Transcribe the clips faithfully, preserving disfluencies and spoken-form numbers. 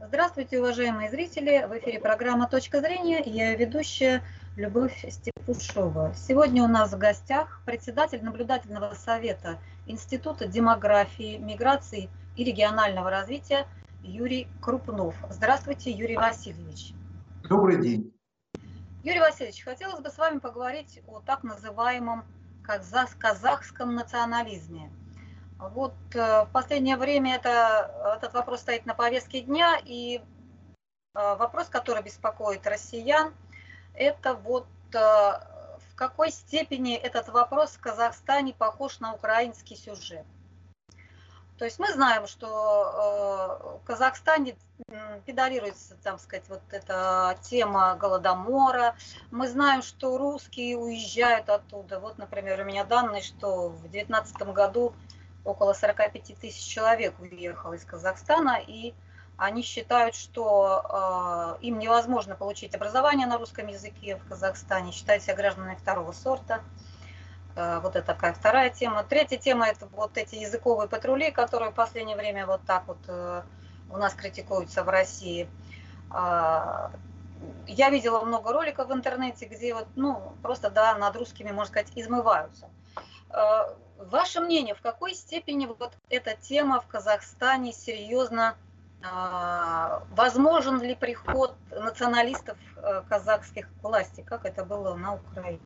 Здравствуйте, уважаемые зрители! В эфире программа «Точка зрения» и я ведущая Любовь Степушова. Сегодня у нас в гостях председатель наблюдательного совета Института демографии, миграции и регионального развития Юрий Крупнов. Здравствуйте, Юрий Васильевич. Добрый день. Юрий Васильевич, хотелось бы с вами поговорить о так называемом казахском национализме. Вот в последнее время это, этот вопрос стоит на повестке дня, и вопрос, который беспокоит россиян, это вот в какой степени этот вопрос в Казахстане похож на украинский сюжет. То есть мы знаем, что в Казахстане педалируется, так сказать, вот эта тема Голодомора. Мы знаем, что русские уезжают оттуда. Вот, например, у меня данные, что в две тысячи девятнадцатом году около сорока пяти тысяч человек уехало из Казахстана, и они считают, что э, им невозможно получить образование на русском языке в Казахстане, считают себя гражданами второго сорта. Э, вот это такая вторая тема. Третья тема – это вот эти языковые патрули, которые в последнее время вот так вот э, у нас критикуются в России. Э, я видела много роликов в интернете, где вот, ну, просто, да, над русскими, можно сказать, измываются. Э, Ваше мнение, в какой степени вот эта тема в Казахстане серьезно, возможен ли приход националистов казахских к власти, как это было на Украине?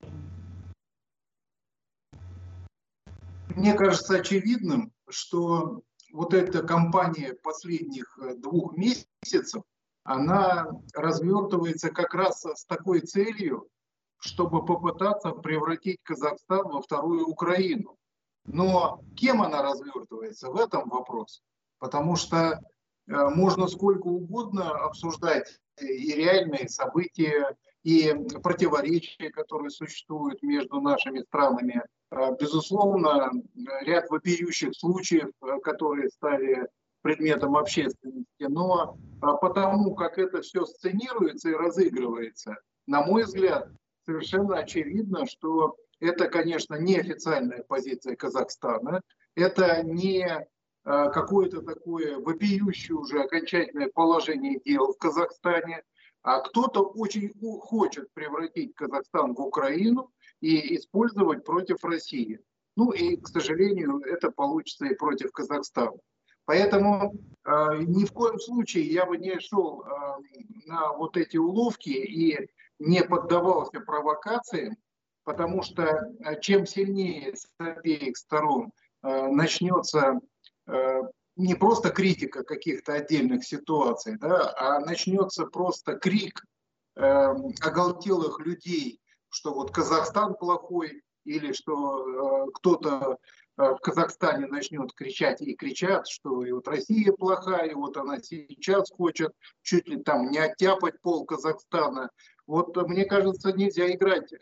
Мне кажется очевидным, что вот эта кампания последних двух месяцев, она развертывается как раз с такой целью, чтобы попытаться превратить Казахстан во вторую Украину. Но кем она развертывается, в этом вопрос. Потому что э, можно сколько угодно обсуждать и реальные события, и противоречия, которые существуют между нашими странами. Э, безусловно, ряд вопиющих случаев, которые стали предметом общественности. Но э, потому, как это все сценируется и разыгрывается, на мой взгляд, совершенно очевидно, что это, конечно, не официальная позиция Казахстана, это не э, какое-то такое вопиющее уже окончательное положение дел в Казахстане, а кто-то очень хочет превратить Казахстан в Украину и использовать против России. Ну и, к сожалению, это получится и против Казахстана. Поэтому э, ни в коем случае я бы не шел э, на вот эти уловки и не поддавался провокациям, потому что чем сильнее с обеих сторон э, начнется э, не просто критика каких-то отдельных ситуаций, да, а начнется просто крик э, оголтелых людей, что вот Казахстан плохой, или что э, кто-то в Казахстане начнет кричать и кричат, что и вот Россия плохая, и вот она сейчас хочет чуть ли там не оттяпать пол Казахстана. Вот мне кажется, нельзя играть,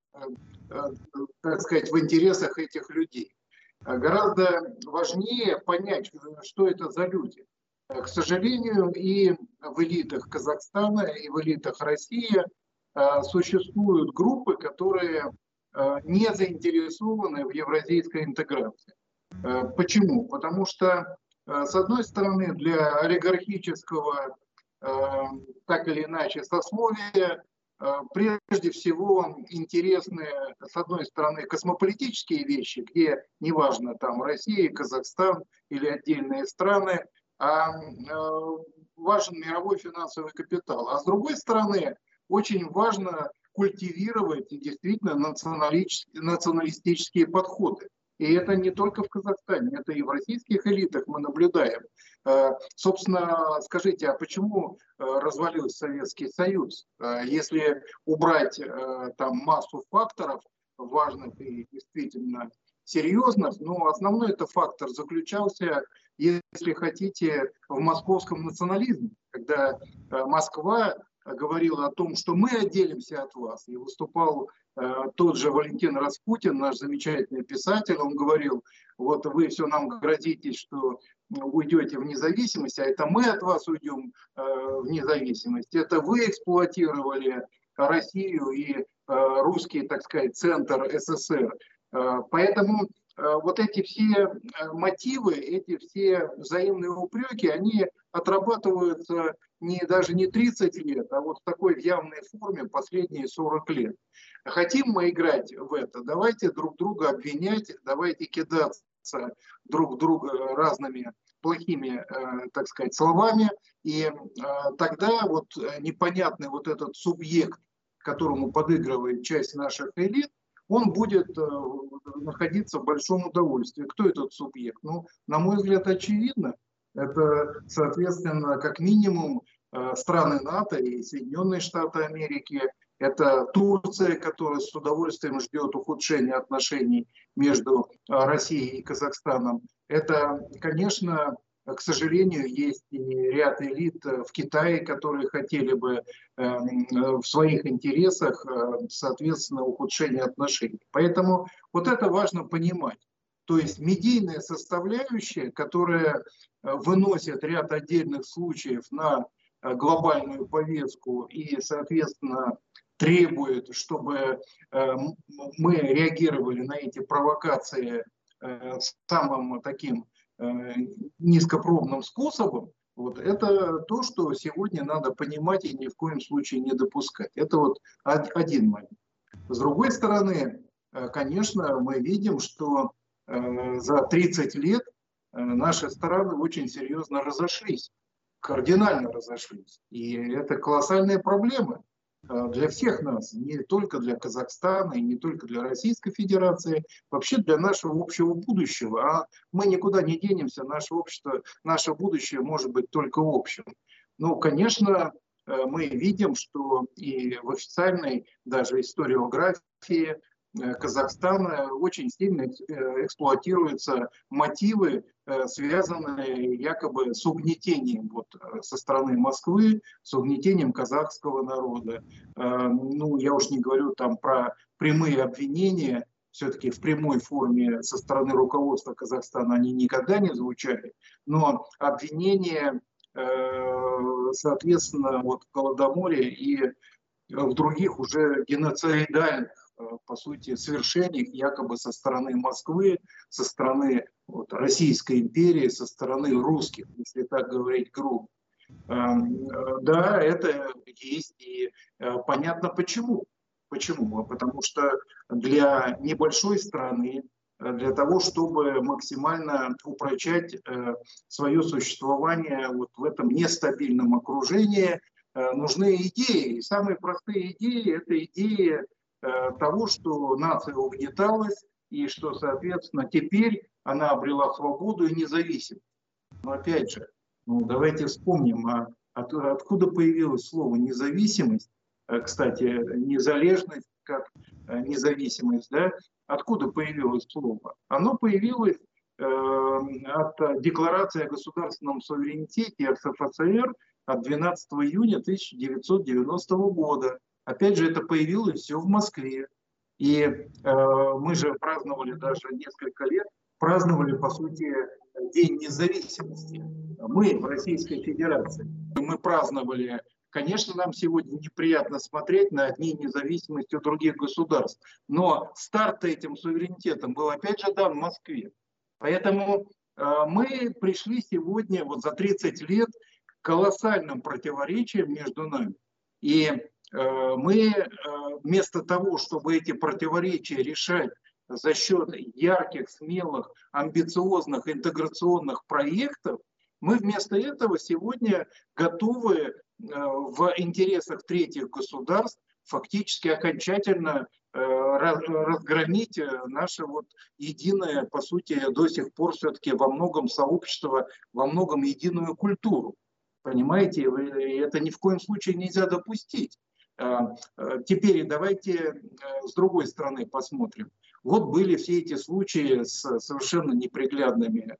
так сказать, в интересах этих людей. Гораздо важнее понять, что это за люди. К сожалению, и в элитах Казахстана, и в элитах России существуют группы, которые не заинтересованы в евразийской интеграции. Почему? Потому что, с одной стороны, для олигархического, так или иначе, сословия, прежде всего интересны, с одной стороны, космополитические вещи, где неважно, там Россия, Казахстан или отдельные страны, а важен мировой финансовый капитал. А с другой стороны, очень важно культивировать действительно националистические подходы. И это не только в Казахстане, это и в российских элитах мы наблюдаем. Собственно, скажите, а почему развалился Советский Союз? Если убрать там массу факторов важных и действительно серьезных, но основной это фактор заключался, если хотите, в московском национализме, когда Москва говорила о том, что мы отделимся от вас. И выступал э, тот же Валентин Распутин, наш замечательный писатель, он говорил, вот вы все нам грозитесь, что уйдете в независимость, а это мы от вас уйдем э, в независимость. Это вы эксплуатировали Россию и э, русский, так сказать, центр СССР. Э, поэтому э, вот эти все мотивы, эти все взаимные упреки, они отрабатываются не, даже не тридцать лет, а вот в такой явной форме последние сорок лет. Хотим мы играть в это, давайте друг друга обвинять, давайте кидаться друг друга разными плохими, э, так сказать, словами, и э, тогда вот непонятный вот этот субъект, которому подыгрывает часть наших элит, он будет э, находиться в большом удовольствии. Кто этот субъект? Ну, на мой взгляд, очевидно. Это, соответственно, как минимум э, страны НАТО и Соединенные Штаты Америки. Это Турция, которая с удовольствием ждет ухудшения отношений между Россией и Казахстаном. Это, конечно, к сожалению, есть и ряд элит в Китае, которые хотели бы в своих интересах, соответственно, ухудшения отношений. Поэтому вот это важно понимать. То есть медийная составляющая, которая выносит ряд отдельных случаев на глобальную повестку и, соответственно, требует, чтобы мы реагировали на эти провокации самым таким низкопробным способом, вот, это то, что сегодня надо понимать и ни в коем случае не допускать. Это вот один момент. С другой стороны, конечно, мы видим, что за тридцать лет наши страны очень серьезно разошлись, кардинально разошлись. И это колоссальные проблемы для всех нас, не только для Казахстана и не только для Российской Федерации, вообще для нашего общего будущего. А мы никуда не денемся, наше общество, наше будущее может быть только общим. Ну, конечно, мы видим, что и в официальной даже историографии Казахстана очень сильно эксплуатируются мотивы, связанные якобы с угнетением вот, со стороны Москвы, с угнетением казахского народа. Ну, я уж не говорю там про прямые обвинения, все-таки в прямой форме со стороны руководства Казахстана они никогда не звучали, но обвинения, соответственно, вот в Голодоморе и в других уже геноцидальных, по сути, свершениях якобы со стороны Москвы, со стороны вот, Российской империи, со стороны русских, если так говорить грубо. Да, это есть, и понятно почему. Почему? Потому что для небольшой страны, для того, чтобы максимально упрочать свое существование вот в этом нестабильном окружении, нужны идеи. И самые простые идеи – это идеи того, что нация угнеталась, и что, соответственно, теперь она обрела свободу и независимость. Но опять же, ну, давайте вспомним, а от, откуда появилось слово «независимость». Кстати, незалежность как независимость, да? Откуда появилось слово? Оно появилось э, от Декларации о государственном суверенитете РСФСР от двенадцатого июня тысяча девятьсот девяностого года. Опять же, это появилось все в Москве. И э, мы же праздновали даже несколько лет, праздновали, по сути, День независимости. Мы в Российской Федерации. Мы праздновали, конечно, нам сегодня неприятно смотреть на Дни независимости у других государств, но старт этим суверенитетом был, опять же, дан в Москве. Поэтому э, мы пришли сегодня, вот за тридцать лет, к колоссальным противоречиям между нами. И мы вместо того, чтобы эти противоречия решать за счет ярких, смелых, амбициозных интеграционных проектов, мы вместо этого сегодня готовы в интересах третьих государств фактически окончательно разгромить наше вот единое, по сути, до сих пор все-таки во многом сообщество, во многом единую культуру. Понимаете, это ни в коем случае нельзя допустить. Теперь давайте с другой стороны посмотрим. Вот были все эти случаи с совершенно неприглядными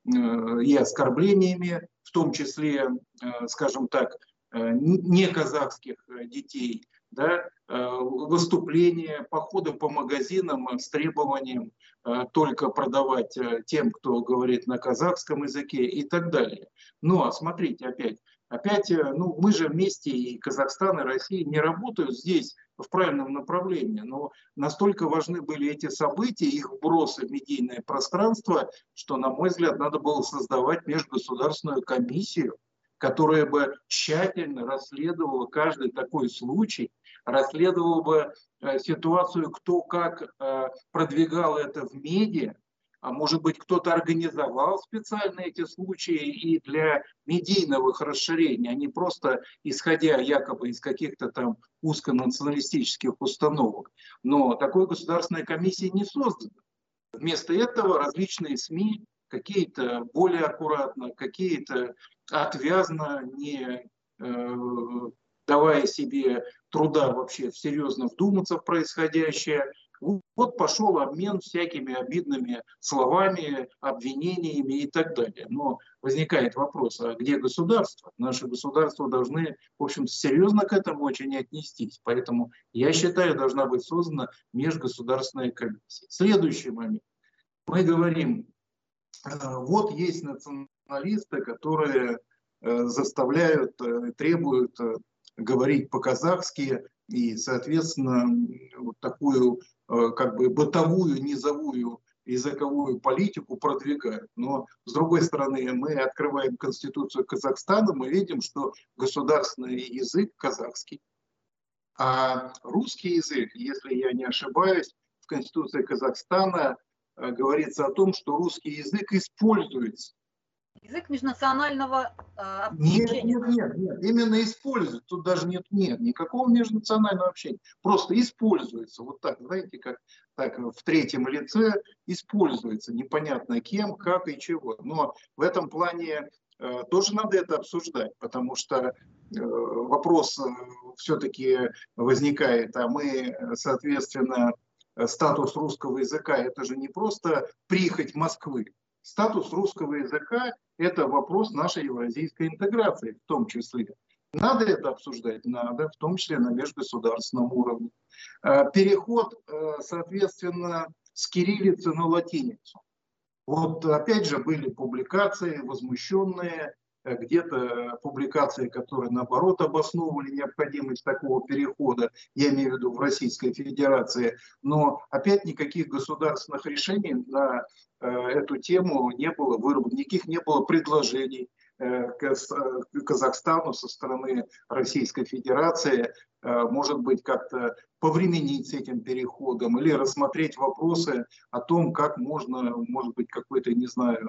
и оскорблениями, в том числе, скажем так, не казахских детей, да, выступления, походы по магазинам с требованием только продавать тем, кто говорит на казахском языке и так далее. Но смотрите опять. Опять, ну, мы же вместе, и Казахстан, и Россия, не работают здесь в правильном направлении, но настолько важны были эти события, их вбросы в медийное пространство, что, на мой взгляд, надо было создавать межгосударственную комиссию, которая бы тщательно расследовала каждый такой случай, расследовала бы ситуацию, кто как продвигал это в медиа, а может быть, кто-то организовал специально эти случаи и для медийного их расширения, а не просто исходя якобы из каких-то там узконационалистических установок. Но такой государственной комиссии не создано. Вместо этого различные СМИ, какие-то более аккуратно, какие-то отвязно, не э, давая себе труда вообще серьезно вдуматься в происходящее. Вот пошел обмен всякими обидными словами, обвинениями и так далее. Но возникает вопрос, а где государство? Наши государства должны, в общем, серьезно к этому очень отнестись. Поэтому, я считаю, должна быть создана межгосударственная комиссия. Следующий момент. Мы говорим, вот есть националисты, которые заставляют, требуют говорить по-казахски и, соответственно, вот такую как бы бытовую, низовую языковую политику продвигают. Но, с другой стороны, мы открываем Конституцию Казахстана, мы видим, что государственный язык казахский. А русский язык, если я не ошибаюсь, в Конституции Казахстана говорится о том, что русский язык используется. Язык межнационального э, общения. Нет, нет, нет, нет, именно используют. Тут даже нет, нет никакого межнационального общения. Просто используется. Вот так, знаете, как так в третьем лице используется. Непонятно кем, как и чего. Но в этом плане э, тоже надо это обсуждать, потому что э, вопрос э, все-таки возникает, а мы, соответственно, статус русского языка, это же не просто прихоть Москвы. Статус русского языка – это вопрос нашей евразийской интеграции в том числе. Надо это обсуждать? Надо, в том числе на межгосударственном уровне. Переход, соответственно, с кириллицы на латиницу. Вот опять же были публикации возмущенные, где-то публикации, которые наоборот обосновывали необходимость такого перехода, я имею в виду в Российской Федерации, но опять никаких государственных решений на э, эту тему не было выработано, никаких не было предложений э, к, к Казахстану со стороны Российской Федерации, э, может быть, как-то повременить с этим переходом или рассмотреть вопросы о том, как можно, может быть, какой-то, не знаю,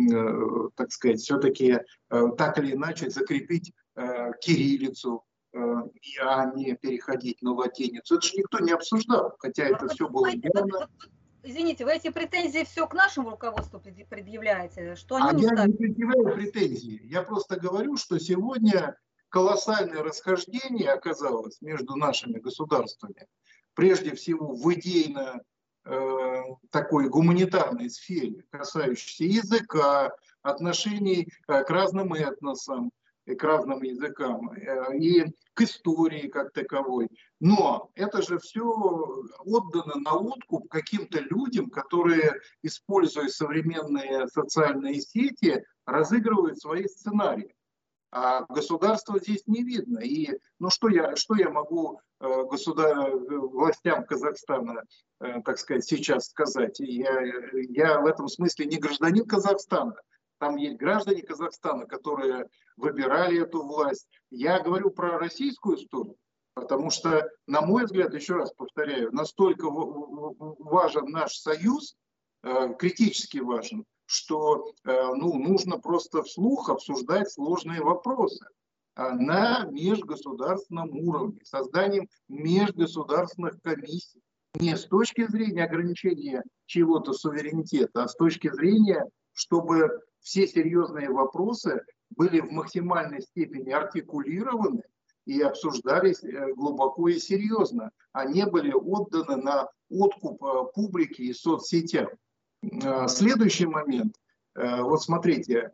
э, так сказать, все-таки э, так или иначе закрепить э, кириллицу, э, а не переходить на латиницу. Это же никто не обсуждал, хотя это а все было явно. Извините, вы эти претензии все к нашему руководству предъявляете? Что они а не я ставят? не предъявляю претензии. Я просто говорю, что сегодня колоссальное расхождение оказалось между нашими государствами, прежде всего в идейно э, такой гуманитарной сфере, касающейся языка, отношений э, к разным этносам, и к разным языкам, э, и к истории как таковой. Но это же все отдано на откуп каким-то людям, которые, используя современные социальные сети, разыгрывают свои сценарии. А государства здесь не видно. И ну что я, что я могу э, государ... властям Казахстана, э, так сказать, сейчас сказать? Я, я в этом смысле не гражданин Казахстана. Там есть граждане Казахстана, которые выбирали эту власть. Я говорю про российскую сторону, потому что, на мой взгляд, еще раз повторяю, настолько важен наш союз, э, критически важен, что ну, нужно просто вслух обсуждать сложные вопросы на межгосударственном уровне, созданием межгосударственных комиссий. Не с точки зрения ограничения чего-то суверенитета, а с точки зрения, чтобы все серьезные вопросы были в максимальной степени артикулированы и обсуждались глубоко и серьезно, а не были отданы на откуп публики и соцсетям. Следующий момент. Вот смотрите,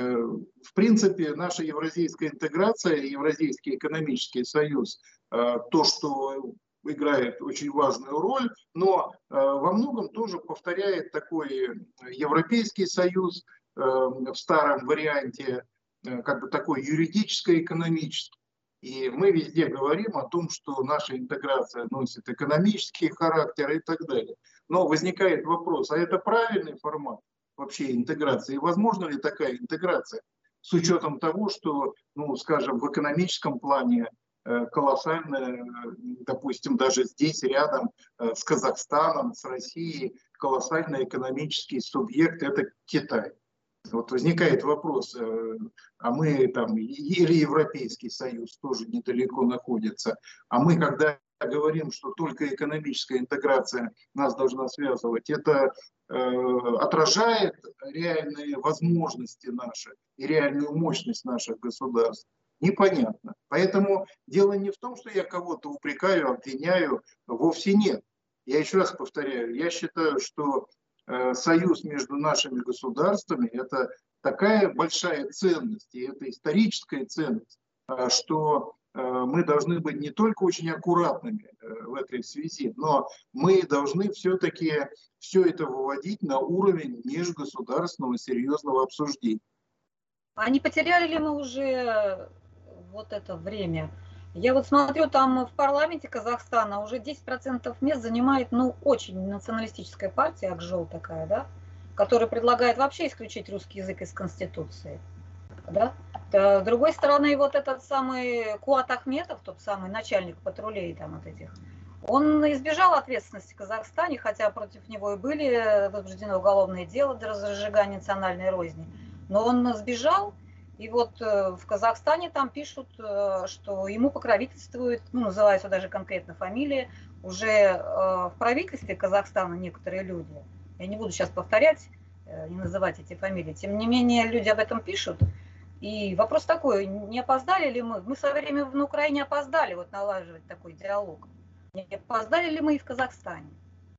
в принципе, наша евразийская интеграция, Евразийский экономический союз, то, что играет очень важную роль, но во многом тоже повторяет такой Европейский союз в старом варианте, как бы такой юридическо-экономический. И мы везде говорим о том, что наша интеграция носит экономический характер и так далее. Но возникает вопрос, а это правильный формат вообще интеграции? И возможно ли такая интеграция? с учетом того, что, ну, скажем, в экономическом плане колоссальная, допустим, даже здесь рядом с Казахстаном, с Россией, колоссальный экономический субъект – это Китай. Вот возникает вопрос, а мы там, или Европейский Союз тоже недалеко находится, а мы, когда говорим, что только экономическая интеграция нас должна связывать, это э, отражает реальные возможности наши и реальную мощность наших государств? Непонятно. Поэтому дело не в том, что я кого-то упрекаю, обвиняю, вовсе нет. Я еще раз повторяю, я считаю, что э, союз между нашими государствами – это такая большая ценность, и это историческая ценность, э, что э, мы должны быть не только очень аккуратными э, в этой связи, но мы должны все-таки все это выводить на уровень межгосударственного серьезного обсуждения. А не потеряли ли мы уже вот это время? Я вот смотрю, там в парламенте Казахстана уже десять процентов мест занимает, ну, очень националистическая партия, Акжол такая, да, которая предлагает вообще исключить русский язык из Конституции. Да? С другой стороны, вот этот самый Куат Ахметов, тот самый начальник патрулей там вот этих, он избежал ответственности в Казахстане, хотя против него и были возбуждены уголовные дела для разжигания национальной розни. Но он сбежал, и вот в Казахстане там пишут, что ему покровительствуют, ну, называются даже конкретно фамилии, уже в правительстве Казахстана некоторые люди. Я не буду сейчас повторять, не называть эти фамилии. Тем не менее, люди об этом пишут. И вопрос такой, не опоздали ли мы? Мы в свое время на Украине опоздали вот налаживать такой диалог. Не опоздали ли мы и в Казахстане?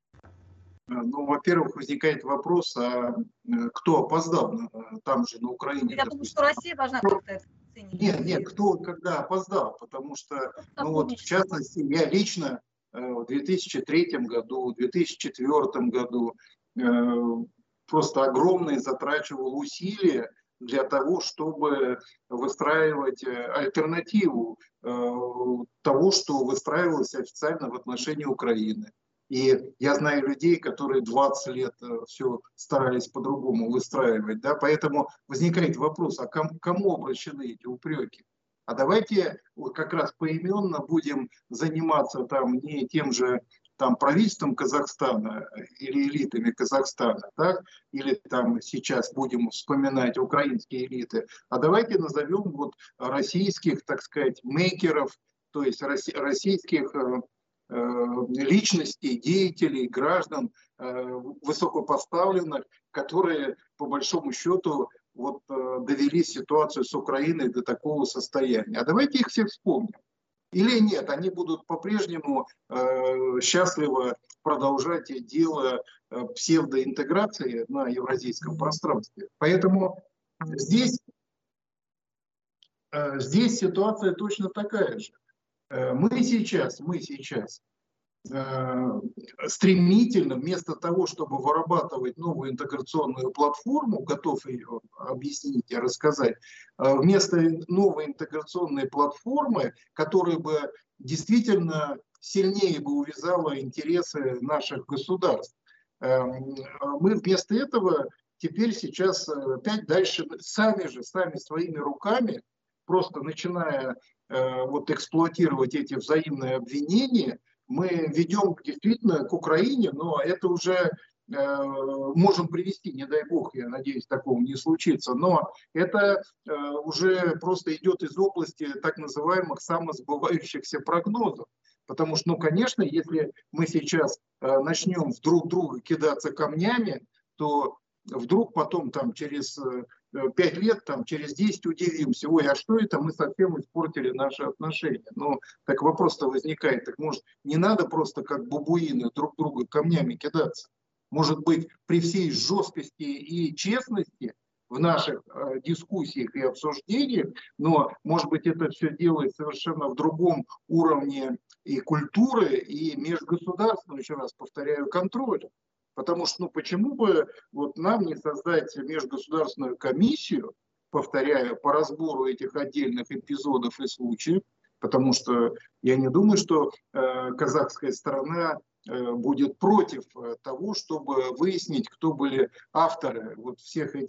Ну, во-первых, возникает вопрос, а кто опоздал там же, на Украине? Я думаю, что Россия должна как-то это оценить. Нет, нет, кто когда опоздал, потому что, ну вот, в частности, я лично в две тысячи третьем году, в две тысячи четвёртом году просто огромные затрачивал усилия для того, чтобы выстраивать альтернативу того, что выстраивалось официально в отношении Украины. И я знаю людей, которые двадцать лет все старались по-другому выстраивать. Да? Поэтому возникает вопрос, а кому, кому обращены эти упреки? А давайте вот как раз поименно будем заниматься там не тем же там, правительством Казахстана или элитами Казахстана, так? Или там сейчас будем вспоминать украинские элиты, а давайте назовем вот российских, так сказать, мейкеров, то есть российских личностей, деятелей, граждан высокопоставленных, которые по большому счету вот довели ситуацию с Украиной до такого состояния. А давайте их всех вспомним. Или нет, они будут по-прежнему э, счастливо продолжать дело э, псевдоинтеграции на евразийском пространстве. Поэтому здесь, э, здесь ситуация точно такая же. Э, мы сейчас, мы сейчас стремительно, вместо того, чтобы вырабатывать новую интеграционную платформу, готов ее объяснить и рассказать, вместо новой интеграционной платформы, которая бы действительно сильнее бы увязала интересы наших государств, мы вместо этого теперь сейчас опять дальше сами же, сами своими руками, просто начиная вот эксплуатировать эти взаимные обвинения, мы ведем действительно к Украине, но это уже э, можем привести, не дай бог, я надеюсь, такого не случится, но это э, уже просто идет из области так называемых самосбывающихся прогнозов. Потому что, ну, конечно, если мы сейчас э, начнем друг друга кидаться камнями, то вдруг потом там через пять лет, там, через десять удивимся, ой, а что это, мы совсем испортили наши отношения. Ну, так вопрос-то возникает, так может не надо просто как бабуины друг друга камнями кидаться? Может быть, при всей жесткости и честности в наших э, дискуссиях и обсуждениях, но, может быть, это все делает совершенно в другом уровне и культуры, и межгосударственного, еще раз повторяю, контроля. Потому что, ну, почему бы вот нам не создать межгосударственную комиссию, повторяю, по разбору этих отдельных эпизодов и случаев, потому что я не думаю, что э, казахская сторона э, будет против того, чтобы выяснить, кто были авторы вот всех этих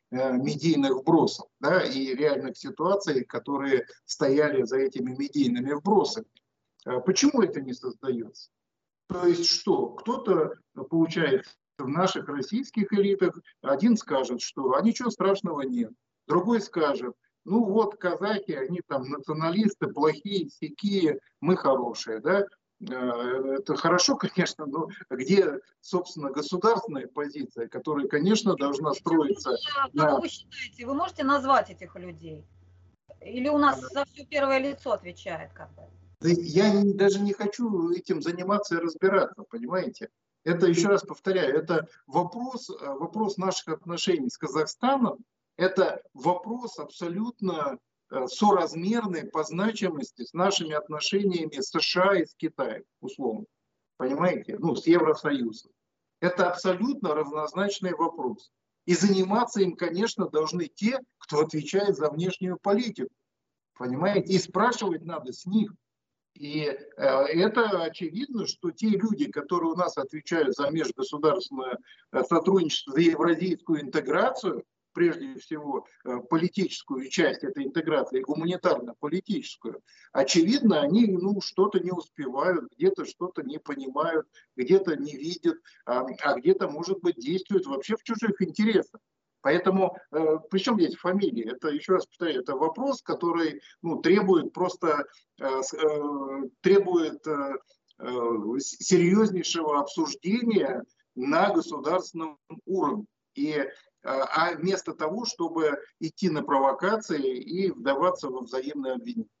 медийных вбросов, да, и реальных ситуаций, которые стояли за этими медийными вбросами. Почему это не создается? То есть что? Кто-то, получается, в наших российских элитах, один скажет, что а ничего страшного нет, другой скажет, ну вот казахи, они там националисты, плохие, сякие, мы хорошие, да? Это хорошо, конечно, но где, собственно, государственная позиция, которая, конечно, должна строиться... Кого на... вы считаете? Вы можете назвать этих людей? Или у нас за все первое лицо отвечает как бы? Да я не, даже не хочу этим заниматься и разбираться, понимаете? Это, еще раз повторяю, это вопрос, вопрос наших отношений с Казахстаном, это вопрос абсолютно соразмерный по значимости с нашими отношениями с США и с Китаем, условно. Понимаете? Ну, с Евросоюзом. Это абсолютно равнозначный вопрос. И заниматься им, конечно, должны те, кто отвечает за внешнюю политику. Понимаете? И спрашивать надо с них. И э, это очевидно, что те люди, которые у нас отвечают за межгосударственное сотрудничество, за евразийскую интеграцию, прежде всего э, политическую часть этой интеграции, гуманитарно-политическую, очевидно, они ну, что-то не успевают, где-то что-то не понимают, где-то не видят, а, а где-то, может быть, действуют вообще в чужих интересах. Поэтому, э, при чем здесь фамилии? Это, еще раз повторяю, это вопрос, который ну, требует просто э, э, требует э, э, серьезнейшего обсуждения на государственном уровне. И, э, а вместо того, чтобы идти на провокации и вдаваться во взаимное обвинение.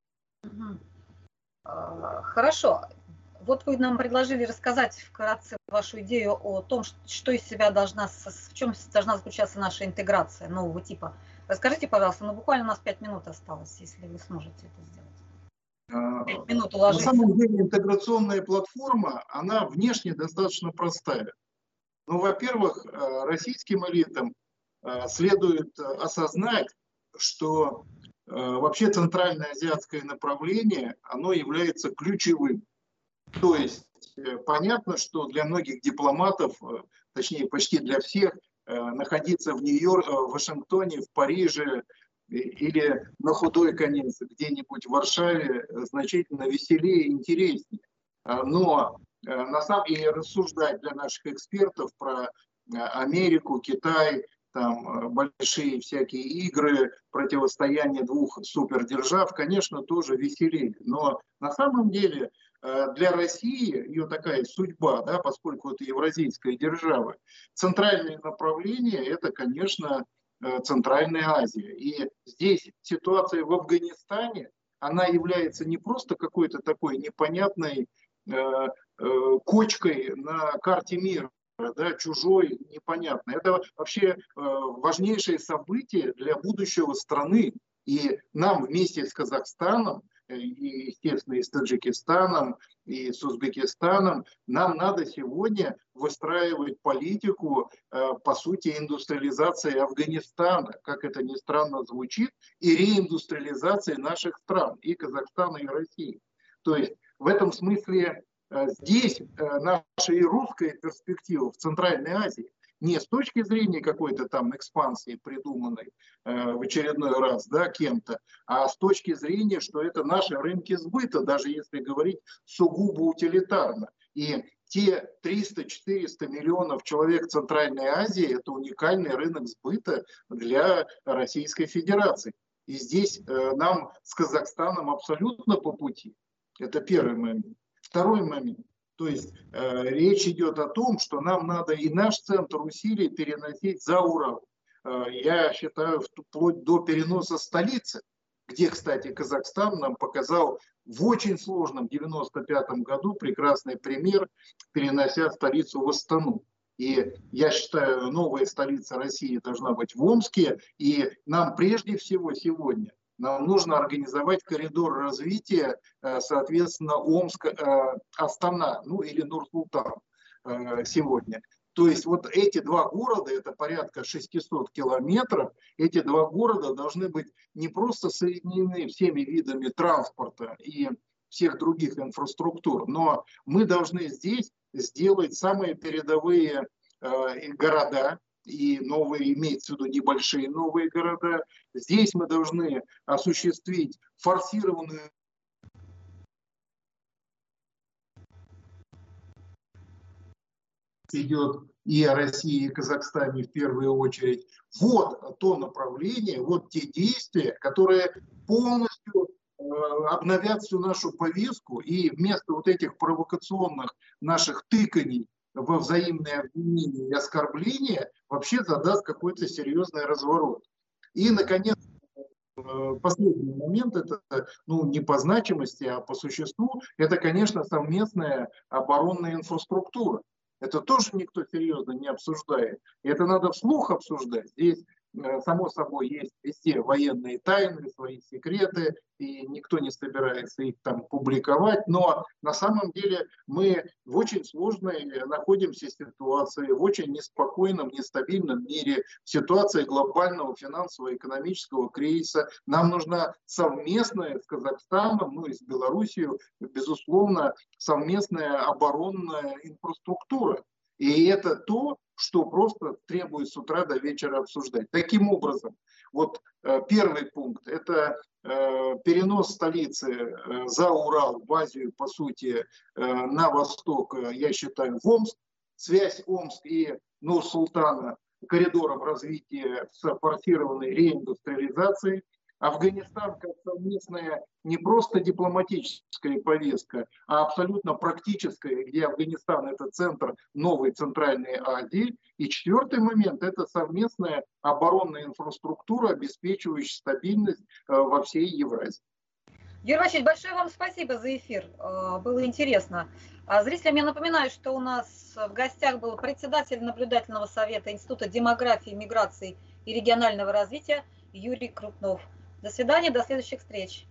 Хорошо. Вот вы нам предложили рассказать вкратце вашу идею о том, что из себя должна, в чем должна заключаться наша интеграция нового типа. Расскажите, пожалуйста, ну буквально у нас пять минут осталось, если вы сможете это сделать. Пять минут уложиться. На самом деле интеграционная платформа, она внешне достаточно простая. Ну, во-первых, российским элитам следует осознать, что вообще центральноазиатское направление, оно является ключевым. То есть понятно, что для многих дипломатов, точнее почти для всех, находиться в Нью-Йорке, в Вашингтоне, в Париже или на худой конец где-нибудь в Варшаве значительно веселее и интереснее. Но на самом деле рассуждать для наших экспертов про Америку, Китай, там большие всякие игры, противостояние двух супердержав, конечно, тоже веселее. Но на самом деле для России, ее такая судьба, да, поскольку это евразийская держава, центральное направление это, конечно, Центральная Азия. И здесь ситуация в Афганистане, она является не просто какой-то такой непонятной э, э, кочкой на карте мира, да, чужой, непонятной. Это вообще э, важнейшее событие для будущего страны. И нам вместе с Казахстаном, и, естественно, и с Таджикистаном, и с Узбекистаном, нам надо сегодня выстраивать политику, по сути, индустриализации Афганистана, как это ни странно звучит, и реиндустриализации наших стран, и Казахстана, и России. То есть в этом смысле здесь наша и русская перспектива в Центральной Азии, не с точки зрения какой-то там экспансии, придуманной э, в очередной раз, да, кем-то, а с точки зрения, что это наши рынки сбыта, даже если говорить сугубо утилитарно. И те триста-четыреста миллионов человек Центральной Азии – это уникальный рынок сбыта для Российской Федерации. И здесь э, нам с Казахстаном абсолютно по пути. Это первый момент. Второй момент. То есть э, речь идет о том, что нам надо и наш центр усилий переносить за Урал. Э, я считаю, вплоть до переноса столицы, где, кстати, Казахстан нам показал в очень сложном девяносто пятом году прекрасный пример, перенося столицу в Астану. И я считаю, новая столица России должна быть в Омске. И нам прежде всего сегодня нам нужно организовать коридор развития, соответственно, Омск, Астана, ну или Нур-Султан сегодня. То есть вот эти два города, это порядка шестисот километров, эти два города должны быть не просто соединены всеми видами транспорта и всех других инфраструктур, но мы должны здесь сделать самые передовые города, и новые, имеется в виду небольшие новые города. Здесь мы должны осуществить форсированную идет и о России, и о Казахстане в первую очередь. Вот то направление, вот те действия, которые полностью э, обновят всю нашу повестку, и вместо вот этих провокационных наших тыканий во взаимные обвинения и оскорбления вообще задаст какой-то серьезный разворот. И, наконец, последний момент, это ну, не по значимости, а по существу, это, конечно, совместная оборонная инфраструктура. Это тоже никто серьезно не обсуждает. И это надо вслух обсуждать. Здесь, само собой, есть везде военные тайны, свои секреты, и никто не собирается их там публиковать. Но на самом деле мы в очень сложной находимся ситуации, в очень неспокойном, нестабильном мире, в ситуации глобального финансово-экономического кризиса. Нам нужна совместная с Казахстаном, ну и с Белоруссией, безусловно, совместная оборонная инфраструктура. И это то, что просто требует с утра до вечера обсуждать. Таким образом, вот э, первый пункт – это э, перенос столицы э, за Урал, в Азию, по сути, э, на восток, э, я считаю, в Омск. Связь Омск и Нур-Султана коридором развития с форсированной реиндустриализацией. Афганистан как совместная не просто дипломатическая повестка, а абсолютно практическая, где Афганистан – это центр новой Центральной Азии. И четвертый момент – это совместная оборонная инфраструктура, обеспечивающая стабильность во всей Евразии. Юрий Васильевич, большое вам спасибо за эфир, было интересно. Зрителям я напоминаю, что у нас в гостях был председатель наблюдательного совета Института демографии, миграции и регионального развития Юрий Крупнов. До свидания, до следующих встреч.